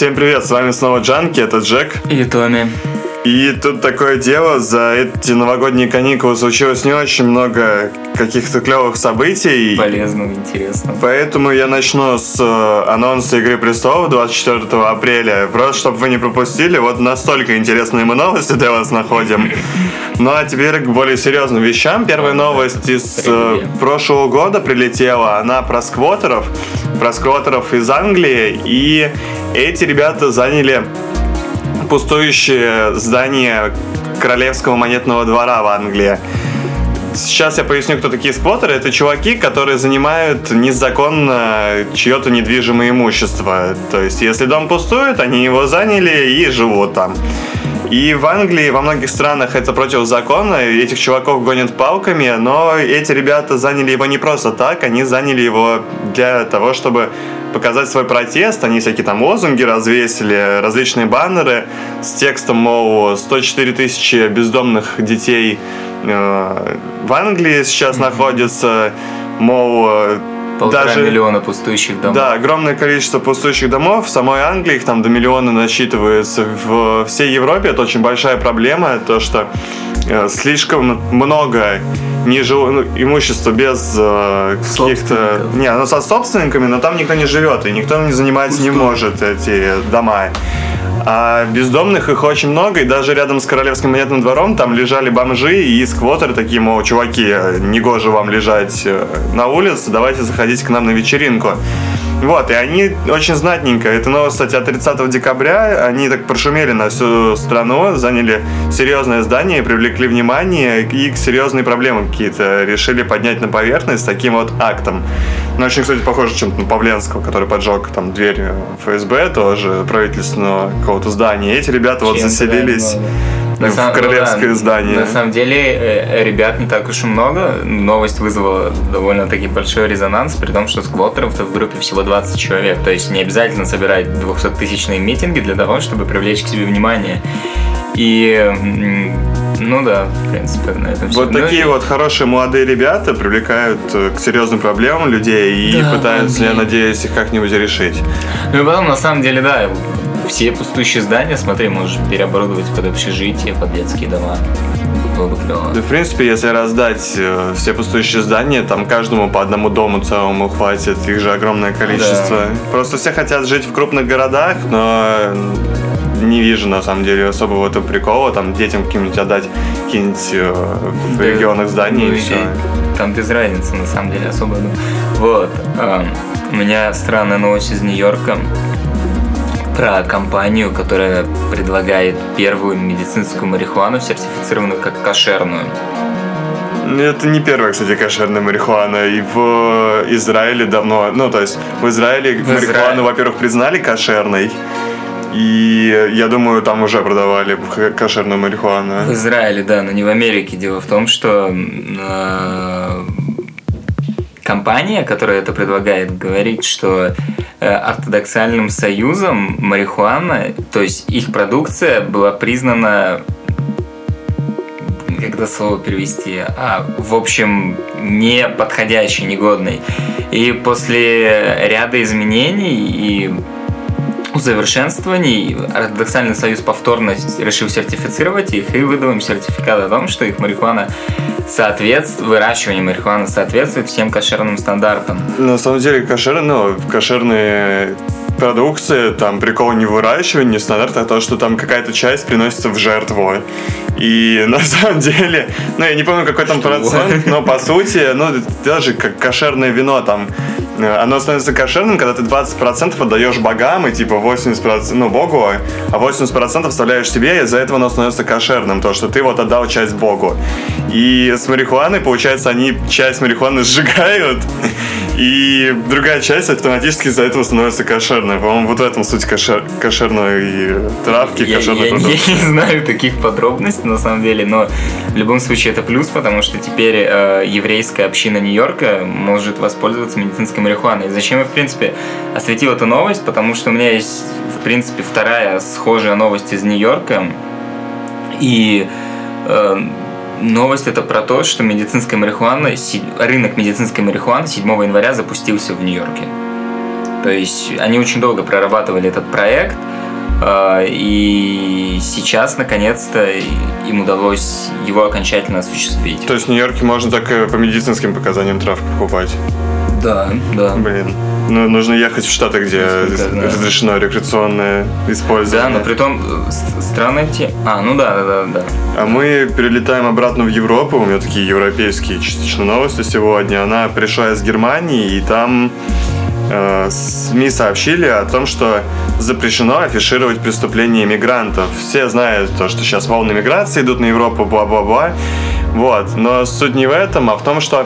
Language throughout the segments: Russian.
Всем привет, с вами снова Джанки, это Джек и Томми. И тут такое дело, за эти новогодние каникулы случилось не очень много каких-то клевых событий. Полезного, интересного. Поэтому я начну с анонса «Игры престолов» 24 апреля. Просто, чтобы вы не пропустили, вот настолько интересные мы новости для вас находим. Ну а теперь к более серьезным вещам. Первая новость из прошлого года прилетела, она про сквотеров из Англии. И эти ребята заняли пустующее здание Королевского монетного двора в Англии. Сейчас я поясню, кто такие сквотеры. Это чуваки, которые занимают незаконно чье-то недвижимое имущество. То есть, если дом пустует, они его заняли и живут там. И в Англии, во многих странах это противозаконно, этих чуваков гонят палками, но эти ребята заняли его не просто так, они заняли его для того, чтобы показать свой протест. Они всякие там лозунги развесили, различные баннеры с текстом, мол, 104 тысячи бездомных детей в Англии сейчас находятся, мол, 1,5 миллиона пустующих домов. Да, огромное количество пустующих домов. В самой Англии их там до миллиона насчитывается. В всей Европе это очень большая проблема. То, что слишком много имущества без каких-то... Не, оно со собственниками, но там никто не живет, и никто не занимать не может эти дома. А бездомных их очень много, и даже рядом с Королевским монетным двором там лежали бомжи и сквотеры такие, мол, чуваки, негоже вам лежать на улице, давайте заходите к нам на вечеринку. Вот, и они очень знатненько. Это новость, кстати, от 30 декабря. Они так прошумели на всю страну, заняли серьезное здание, привлекли внимание и серьезные проблемы какие-то решили поднять на поверхность таким вот актом. Ну, очень, кстати, похоже чем-то на Павленского, который поджег там дверь ФСБ, тоже правительственного какого-то здания. И эти ребята вот заселились в королевское здание. На самом деле, ребят не так уж и много. Новость вызвала довольно-таки большой резонанс, при том, что сквотеров-то в группе всего 20 человек. То есть не обязательно собирать 200-тысячные митинги для того, чтобы привлечь к себе внимание. И, ну да, в принципе, на этом все. Вот такие вот хорошие молодые ребята привлекают к серьезным проблемам людей и пытаются, я надеюсь, их как-нибудь решить. Ну и потом, на самом деле, да, все пустующие здания, смотри, можешь переоборудовать под общежитие, под детские дома. Было бы клево. Да, в принципе, если раздать все пустующие здания, там каждому по одному дому целому хватит, их же огромное количество. Да. Просто все хотят жить в крупных городах, но не вижу, на самом деле, особого этого прикола, там, детям каким-нибудь отдать какие-нибудь в регионах здания и все. Там без разницы, на самом деле, особо. Вот. У меня странная новость из Нью-Йорка про компанию, которая предлагает первую медицинскую марихуану, сертифицированную как кошерную. Это не первая, кстати, кошерная марихуана. И в Израиле давно... Ну, то есть, в Израиле марихуану, во-первых, признали кошерной. И я думаю, там уже продавали кошерную марихуану. В Израиле, да, но не в Америке. Дело в том, что компания, которая это предлагает, говорит, что ортодоксальным союзом марихуана, то есть их продукция была признана, как это слово перевести, в общем, не подходящей, негодной. И после ряда изменений и усовершенствований ортодоксальный союз повторно решил сертифицировать их и выдал им сертификат о том, что их марихуана выращивание марихуаны соответствует всем кошерным стандартам. На самом деле кошерные продукции, там прикол не в выращивании, не стандарт, а то, что там какая-то часть приносится в жертву. И на самом деле, я не помню, какой там процент, но по сути, даже как кошерное вино, там, оно становится кошерным, когда ты 20% отдаешь богам, и типа 80%, Богу, а 80% оставляешь себе, и из-за этого оно становится кошерным, то, что ты вот отдал часть Богу. И с марихуаной, получается, они часть марихуаны сжигают, и другая часть автоматически из-за этого становится кошерной. По-моему, вот в этом суть кошерной травки, кошерной продукции. Я не знаю таких подробностей, на самом деле, но в любом случае это плюс, потому что теперь еврейская община Нью-Йорка может воспользоваться медицинской марихуаной. Зачем я, в принципе, осветил эту новость? Потому что у меня есть, в принципе, вторая схожая новость из Нью-Йорка. И новость это про то, что медицинская марихуана, рынок медицинской марихуаны 7 января запустился в Нью-Йорке. То есть они очень долго прорабатывали этот проект, И сейчас, наконец-то, им удалось его окончательно осуществить. То есть в Нью-Йорке можно только по медицинским показаниям травку покупать? Да. Блин. Ну, нужно ехать в Штаты, где разрешено рекреационное использование. Да, но при том странная тема. Да. А мы перелетаем обратно в Европу. У меня такие европейские частично новости сегодня. Она пришла из Германии, и там СМИ сообщили о том, что запрещено афишировать преступления мигрантов. Все знают то, что сейчас волны миграции идут на Европу, бла-бла-бла. Вот. Но суть не в этом, а в том, что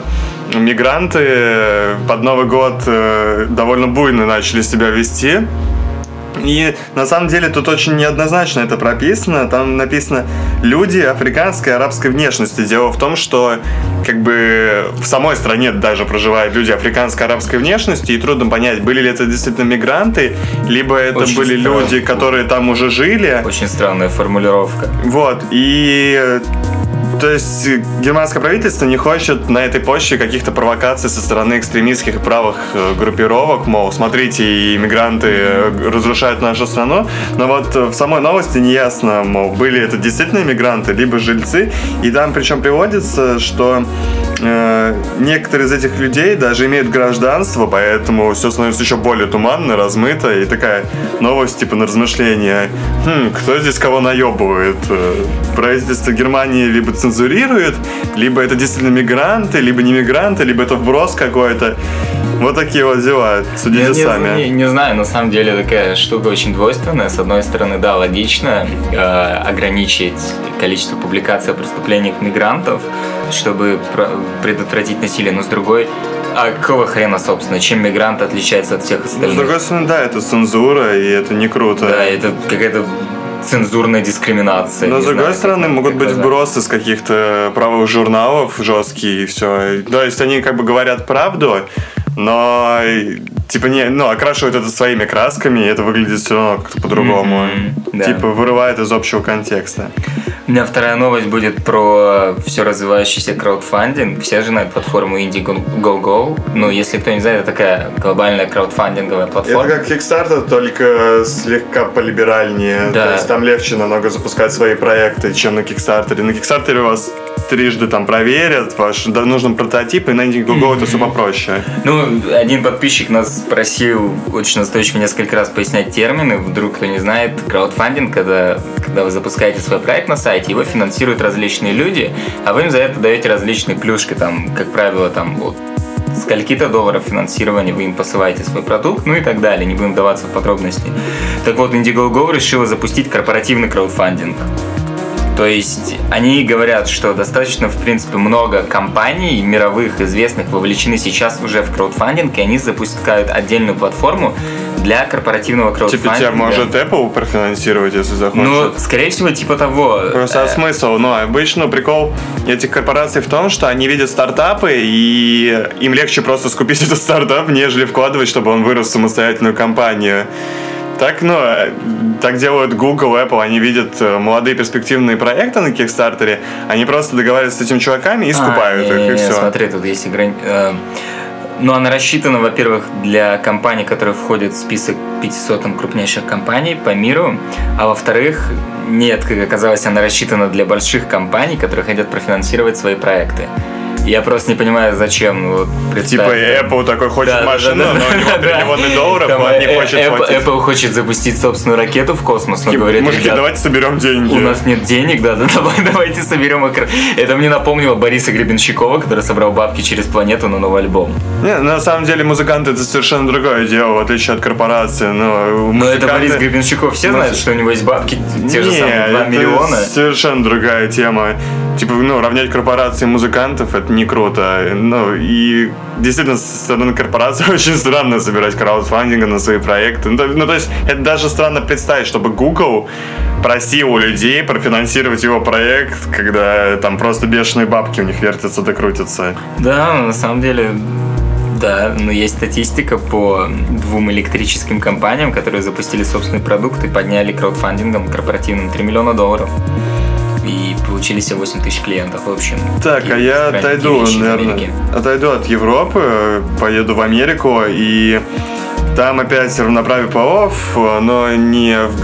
мигранты под Новый год довольно буйно начали себя вести. И на самом деле тут очень неоднозначно это прописано. Там написано «люди африканской и арабской внешности». Дело в том, что как бы в самой стране даже проживают люди африканской и арабской внешности, и трудно понять, были ли это действительно мигранты, либо это очень были странно. Люди, которые там уже жили. Очень странная формулировка. Вот, и... То есть германское правительство не хочет на этой почве каких-то провокаций со стороны экстремистских и правых группировок, мол, смотрите, иммигранты разрушают нашу страну. Но вот в самой новости не ясно, мол, были это действительно иммигранты, либо жильцы. И там причем приводится, что некоторые из этих людей даже имеют гражданство, поэтому все становится еще более туманно, размыто. И такая новость типа на размышление. Кто здесь кого наебывает? Правительство Германии либо цензурирует, либо это действительно мигранты, либо не мигранты, либо это вброс какой-то. Вот такие вот дела. Судите сами. Не знаю, на самом деле такая штука очень двойственная. С одной стороны, да, логично ограничить количество публикаций о преступлениях мигрантов, чтобы предотвратить насилие, но с другой, а какого хрена, собственно, чем мигрант отличается от всех остальных? С другой стороны, да, это цензура, и это не круто. Да, это какая-то цензурная дискриминация. Но с другой стороны, могут быть вбросы с каких-то правых журналов жесткие и все. То есть они как бы говорят правду, но типа окрашивают это своими красками, и это выглядит все равно как-то по-другому. Да. Типа вырывает из общего контекста. У меня вторая новость будет про все развивающийся краудфандинг. Все же знают платформу Indiegogo. Ну, если кто не знает, это такая глобальная краудфандинговая платформа. Это как Kickstarter, только слегка полиберальнее. Да. То есть там легче намного запускать свои проекты, чем на Kickstarter. На Kickstarter у вас трижды там проверят ваш нужный прототип, и на Indiegogo это все попроще. Ну, один подписчик нас просил очень настойчиво несколько раз пояснять термины. Вдруг кто не знает, краудфандинг, когда вы запускаете свой проект на сайте, его финансируют различные люди, а вы им за это даете различные плюшки, там, как правило, там, вот, скольки-то долларов финансирования вы им посылаете свой продукт, ну и так далее, не будем вдаваться в подробности. Так вот, Indiegogo решила запустить корпоративный краудфандинг. То есть они говорят, что достаточно, в принципе, много компаний мировых, известных, вовлечены сейчас уже в краудфандинг, и они запускают отдельную платформу для корпоративного краудфандинга. Типа тебя может Apple профинансировать, если захочет? Ну, скорее всего, типа того. Просто смысл, обычно прикол этих корпораций в том, что они видят стартапы, и им легче просто скупить этот стартап, нежели вкладывать, чтобы он вырос в самостоятельную компанию. Так делают Google, Apple, они видят молодые перспективные проекты на Kickstarter, они просто договариваются с этими чуваками и скупают их, и все. Смотри, тут есть Ну, она рассчитана, во-первых, для компаний, которые входят в список 500 крупнейших компаний по миру, а во-вторых, нет, как оказалось, она рассчитана для больших компаний, которые хотят профинансировать свои проекты. Я просто не понимаю, зачем. Вот, типа Apple такой хочет машину, но у него триллионы долларов, он не хочет платить. Apple хочет запустить собственную ракету в космос, но говорит, мужики, давайте соберем деньги. У нас нет денег, давайте соберем их. Это мне напомнило Бориса Гребенщикова, который собрал бабки через планету на новый альбом. Не, на самом деле музыканты это совершенно другое дело, в отличие от корпорации. Но это Борис Гребенщиков, все знают, что у него есть бабки, те же самые 2 миллиона. Это совершенно другая тема. Типа, равнять корпорации и музыкантов, это не круто. И действительно, со стороны корпорации очень странно собирать краудфандинг на свои проекты. То есть, это даже странно представить, чтобы Google просил у людей профинансировать его проект, когда там просто бешеные бабки у них вертятся да крутятся. Да, на самом деле... Да, но есть статистика по 2 электрическим компаниям, которые запустили собственный продукт и подняли краудфандингом корпоративным $3 миллиона. И получили себе 8 тысяч клиентов, в общем. Так, а я отойду, наверное, от Европы, поеду в Америку, и Там опять равноправие полов, но не в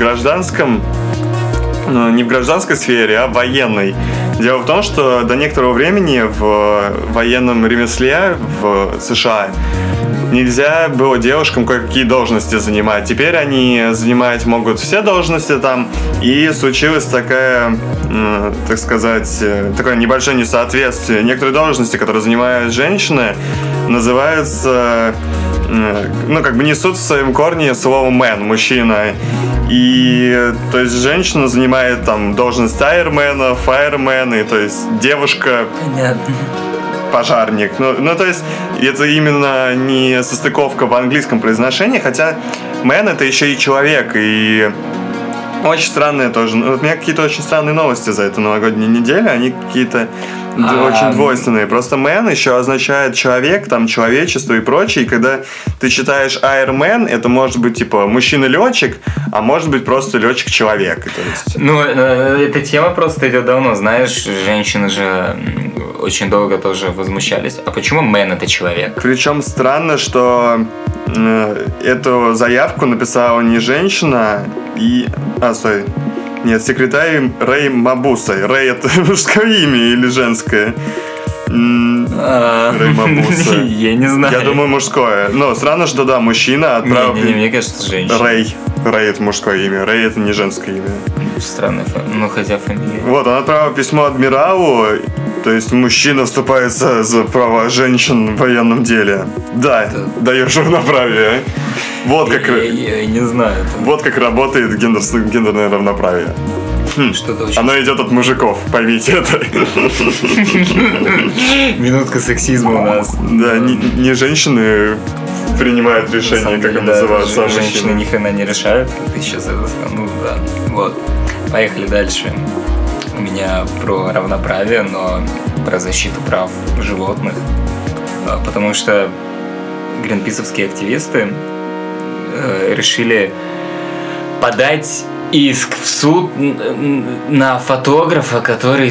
гражданской сфере, а в военной. Дело в том, что до некоторого времени в военном ремесле в США нельзя было девушкам кое-какие должности занимать. Теперь они занимать могут все должности там. И случилось такая, так сказать, такое небольшое несоответствие. Некоторые должности, которые занимают женщины, называются, несут в своем корне слово man, мужчина. И, то есть, женщина занимает там должность айрмена, фаермена, и, то есть, девушка... Понятно. Пожарник. То есть, это именно не состыковка в английском произношении, хотя man — это еще и человек, и очень странные тоже. У меня какие-то очень странные новости за эту новогоднюю неделю, они какие-то очень двойственные. Просто man еще означает человек, там, человечество и прочее. И когда ты читаешь Iron Man, это может быть типа мужчина-летчик, а может быть просто летчик-человек. Эта тема просто идет давно. Знаешь, женщины же очень долго тоже возмущались. А почему man — это человек? Причем странно, что эту заявку написала не женщина секретарь Рэй Мабуса. Рэй — это мужское имя или женское? Рэй Мабуса. Я не знаю. Я думаю, мужское. Но странно, что да, мужчина отправил... Не, мне кажется, женщина. Рэй — это мужское имя. Рэй — это не женское имя. Странная фамилия. Хотя фамилия. Вот, он отправил письмо адмиралу. То есть мужчина вступается за права женщин в военном деле. Да, даешь равноправие. Вот как... Я не знаю. Вот как работает гендерное равноправие. Оно идет от мужиков, поймите это. Минутка сексизма у нас. Да, не женщины принимают решение, как им называться, а женщины ни хрена не решают, как ты сейчас это сказал. Да. Вот. Поехали дальше. У меня про равноправие, но про защиту прав животных. Потому что гринписовские активисты решили подать иск в суд на фотографа, который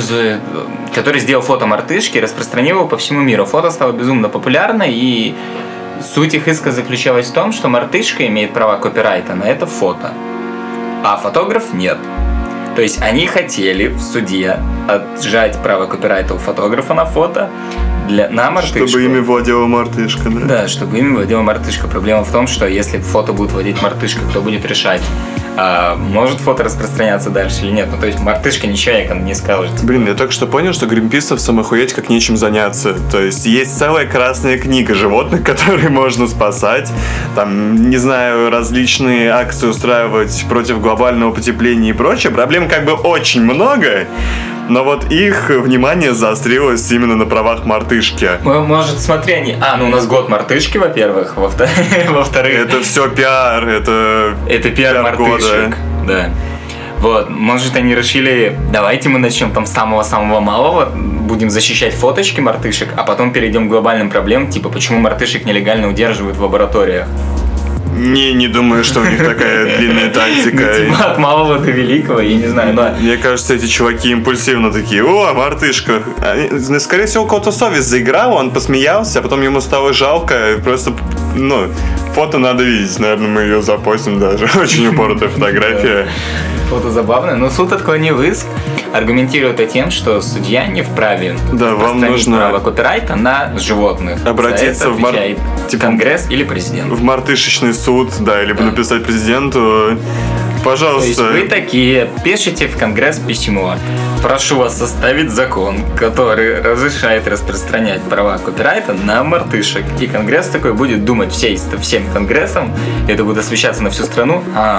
сделал фото мартышки и распространил его по всему миру. Фото стало безумно популярно, и суть их иска заключалась в том, что мартышка имеет права копирайта на это фото, а фотограф нет. То есть они хотели в суде отжать право копирайта у фотографа на фото на мартышку. Чтобы ими владела мартышка, да? Да, чтобы ими владела мартышка. Проблема в том, что если фото будет владеть мартышка, кто будет решать, может фото распространяться дальше или нет. То есть мартышка не человек, она не скажет. Блин, я только что понял, что гринписовцам охуеть как нечем заняться. То есть есть целая красная книга животных, которые можно спасать. Там, не знаю, различные акции устраивать против глобального потепления и прочее. Проблем как бы очень много. Но вот их внимание заострилось именно на правах мартышки. Может, смотри, они... у нас год мартышки, во-первых. Во-вторых... Это все пиар, это пиар мартышек. Да. Вот, может, они решили, давайте мы начнем там с самого-самого малого, будем защищать фоточки мартышек, а потом перейдем к глобальным проблемам, типа, почему мартышек нелегально удерживают в лабораториях. Не думаю, что у них такая длинная тактика. От малого до великого, я не знаю. Мне кажется, эти чуваки импульсивно такие: о, мартышка. Скорее всего, у кого-то совесть заиграла, он посмеялся, а потом ему стало жалко. Просто, фото надо видеть. Наверное, мы ее запостим даже. Очень упоротая фотография. Фото забавное, но суд отклонил иск, аргументирует это тем, что судья не вправе вам нужно право копирайта на животных. Обратиться в Конгресс или президент. В мартышечный суд, либо написать президенту. Пожалуйста. То есть вы такие, пишите в Конгресс письмо. Прошу вас составить закон, который разрешает распространять права копирайта на мартышек. И Конгресс такой будет думать всем Конгрессом, это будет освещаться на всю страну.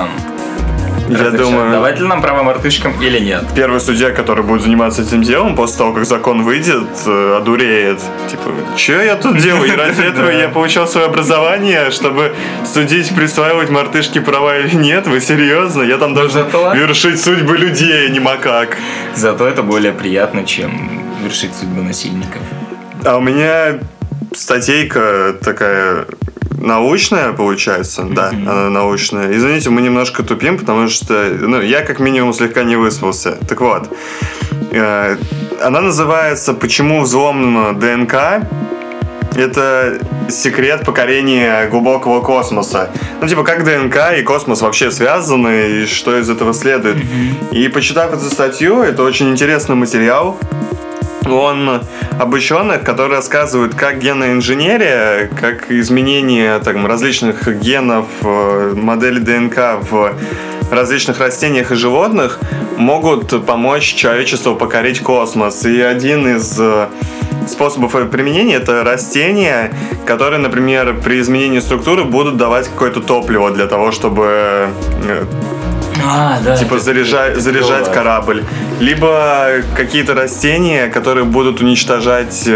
Я думаю, давать ли нам право мартышкам или нет? Первый судья, который будет заниматься этим делом, после того, как закон выйдет, одуреет. Типа, что я тут делаю? И ради этого я получал свое образование, чтобы судить, присваивать мартышке права или нет? Вы серьезно? Я там должен вершить судьбы людей, а не макак. Зато это более приятно, чем вершить судьбы насильников. А у меня статейка такая... научная, получается, да, она научная. Извините, мы немножко тупим, потому что, я как минимум слегка не выспался. Так вот, она называется «Почему взломана ДНК?». это секрет покорения глубокого космоса. Ну, типа, как ДНК и космос вообще связаны, и что из этого следует. И почитав эту статью, это очень интересный материал. Он об ученых, которые рассказывают, как генная инженерия, как изменение там, различных генов, моделей ДНК в различных растениях и животных могут помочь человечеству покорить космос. И один из способов применения — это растения, которые, например, при изменении структуры будут давать какое-то топливо для того, чтобы типа заряжать корабль. Либо какие-то растения, которые будут уничтожать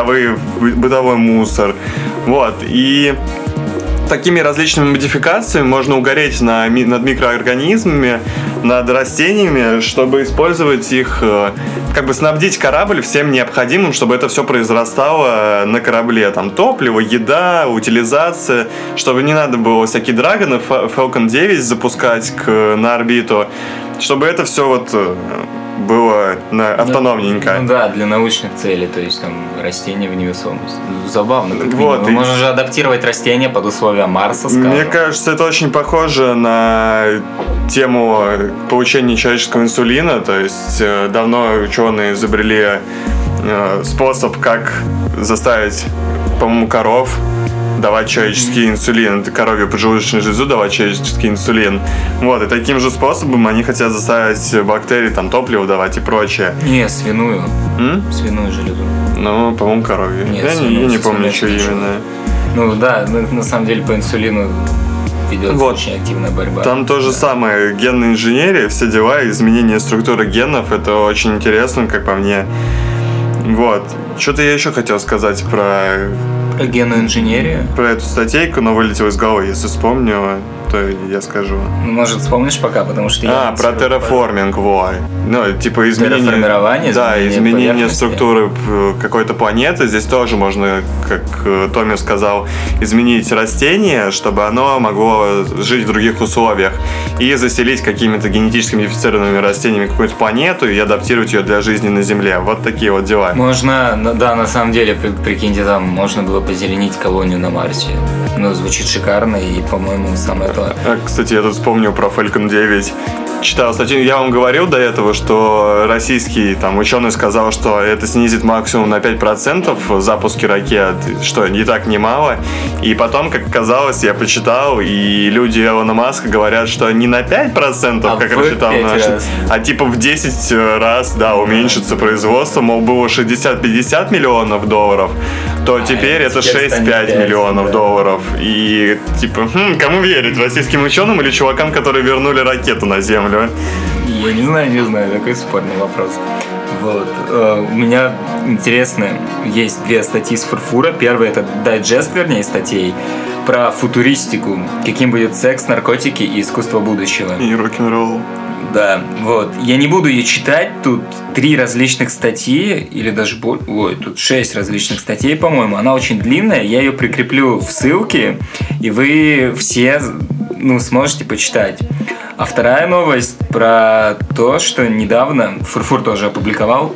бытовой мусор. Вот. И такими различными модификациями можно угореть над микроорганизмами, над растениями, чтобы использовать их, как бы снабдить корабль всем необходимым, чтобы это все произрастало на корабле. Там топливо, еда, утилизация, чтобы не надо было всякие драгоны, Falcon 9 запускать на орбиту, чтобы это все вот было автономненько. Ну да, для научных целей, то есть там растения в невесомости. Забавно. Вот, можно же адаптировать растения под условия Марса, скажем. Мне кажется, это очень похоже на тему получения человеческого инсулина. То есть давно ученые изобрели способ, как заставить, по-моему, коров давать человеческий инсулин, это коровью поджелудочную железу давать человеческий инсулин. Вот, и таким же способом они хотят заставить бактерии там топливо давать и прочее. Не, свиную. Свиную железу. Ну, по-моему, коровью. Я не помню, что именно. Ну да, на самом деле по инсулину ведется очень активная борьба. Там то же самое, генная инженерия, все дела, изменение структуры генов, это очень интересно, как по мне. Вот. Что-то я еще хотел сказать про генную инженерию. Про эту статейку, но вылетело из головы. Если вспомню, то я скажу. Ну, может, вспомнишь пока, потому что я... про терраформинг, Ну, типа изменение... Терраформирование? Да, изменение структуры какой-то планеты. Здесь тоже можно, как Томми сказал, изменить растение, чтобы оно могло жить в других условиях. И заселить какими-то генетически модифицированными растениями какую-то планету и адаптировать ее для жизни на Земле. Вот такие вот дела. Можно, да, на самом деле, прикиньте, там можно было позеленить колонию на Марсе. Ну, звучит шикарно и, по-моему, самое то. Кстати, я тут вспомнил про Falcon 9. Читал статью. Я вам говорил до этого, что российский там ученый сказал, что это снизит максимум на 5% запуски ракет, что не так немало. И потом, как оказалось, я почитал, и люди Илона Маска говорят, что не на 5%, как рассчитал наш, а типа в 10 раз, да, уменьшится производство. Мол, было 60-50 миллионов долларов, то теперь это 6-5 миллионов долларов. И типа, кому верить? Российским ученым или чувакам, которые вернули ракету на Землю? Я не знаю, такой спорный вопрос. Вот. У меня интересно, есть две статьи с Фурфура. Первая — это дайджест, вернее, статей про футуристику, каким будет секс, наркотики и искусство будущего. И рок-н-ролл. Да, вот. Я не буду ее читать, тут 3 различных статьи, или даже больше, тут 6 различных статей, по-моему. Она очень длинная, я ее прикреплю в ссылке, и вы все, сможете почитать. А вторая новость про то, что недавно Фурфур тоже опубликовал,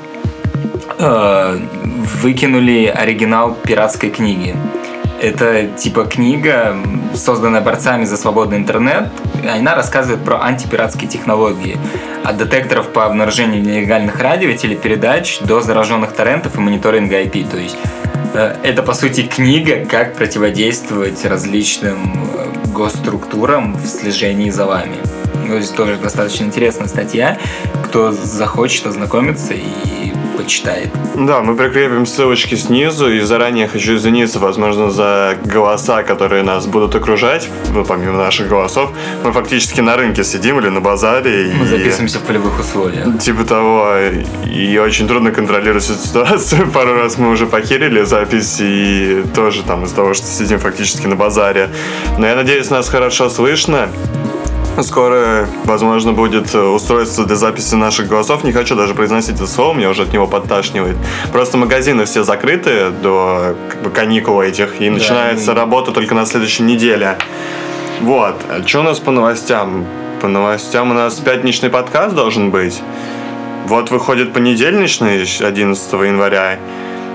выкинули оригинал пиратской книги. Это типа книга, созданная борцами за свободный интернет. Она рассказывает про антипиратские технологии. От детекторов по обнаружению нелегальных радио и телепередач до зараженных торрентов и мониторинга IP. То есть это, по сути, книга, как противодействовать различным госструктурам в слежении за вами. Здесь тоже достаточно интересная статья. Кто захочет ознакомиться и почитает. Да, мы прикрепим ссылочки снизу, и заранее хочу извиниться, возможно, за голоса, которые нас будут окружать, помимо наших голосов. Мы фактически на рынке сидим или на базаре. Мы записываемся в полевых условиях. Типа того, и очень трудно контролировать эту ситуацию. Пару раз мы уже похерили запись, и тоже там из-за того, что сидим фактически на базаре. Но я надеюсь, нас хорошо слышно. Скоро, возможно, будет устройство для записи наших голосов. Не хочу даже произносить это слово, меня уже от него подташнивает. Просто магазины все закрыты до каникул этих, и начинается работа только на следующей неделе. Вот. А что у нас по новостям? По новостям у нас пятничный подкаст должен быть. Вот выходит понедельничный, 11 января.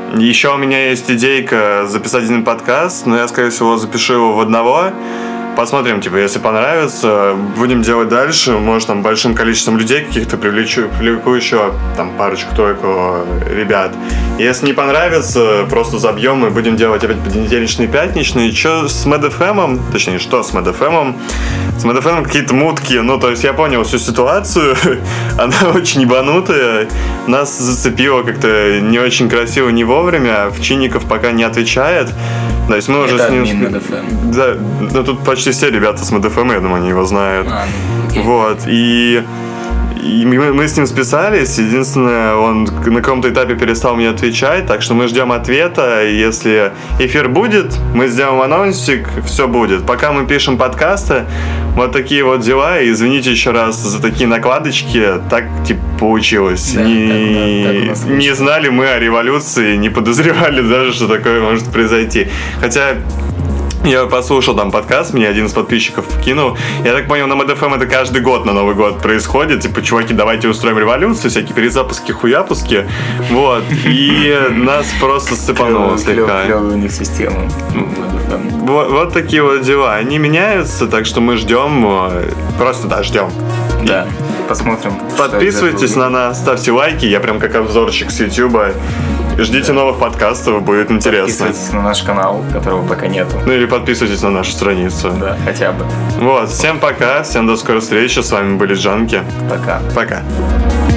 Еще у меня есть идейка записать один подкаст, но я, скорее всего, запишу его в одного. Посмотрим, типа, если понравится, будем делать дальше. Может, там большим количеством людей каких-то привлеку еще там парочку-тройку ребят. Если не понравится, просто забьем и будем делать опять понедельничные, пятничные. Что с MadFM? Точнее, что с MadFM? С MadFM какие-то мутки. Ну, то есть я понял всю ситуацию. Она очень ебанутая. Нас зацепило как-то не очень красиво, не вовремя. Овчинников пока не отвечает. То есть мы уже с ним... Да, ну тут почти все ребята с MadFM, я думаю, они его знают. Вот, и мы с ним списались. Единственное, он на каком-то этапе перестал мне отвечать, так что мы ждем ответа. Если эфир будет, мы сделаем анонсик, все будет. Пока мы пишем подкасты, вот такие вот дела. И извините еще раз за такие накладочки. Так, типа, получилось. Да, не знали мы о революции, не подозревали даже, что такое может произойти. Хотя... Я послушал там подкаст, мне один из подписчиков кинул. Я так понял, на MadFM это каждый год на Новый год происходит. Типа, чуваки, давайте устроим революцию, всякие перезапуски, хуяпуски. Вот. И нас просто сцепануло слегка. Клёвая у них система. Вот такие вот дела. Они меняются, так что мы ждем. Просто, да, ждем. Да. Посмотрим. Подписывайтесь на нас, ставьте лайки. Я прям как обзорщик с Ютуба. Ждите новых подкастов, будет интересно. Подписывайтесь на наш канал, которого пока нету. Ну или подписывайтесь на нашу страницу. Да, хотя бы. Вот, всем пока, всем до скорой встречи. С вами были Джанки. Пока. Пока.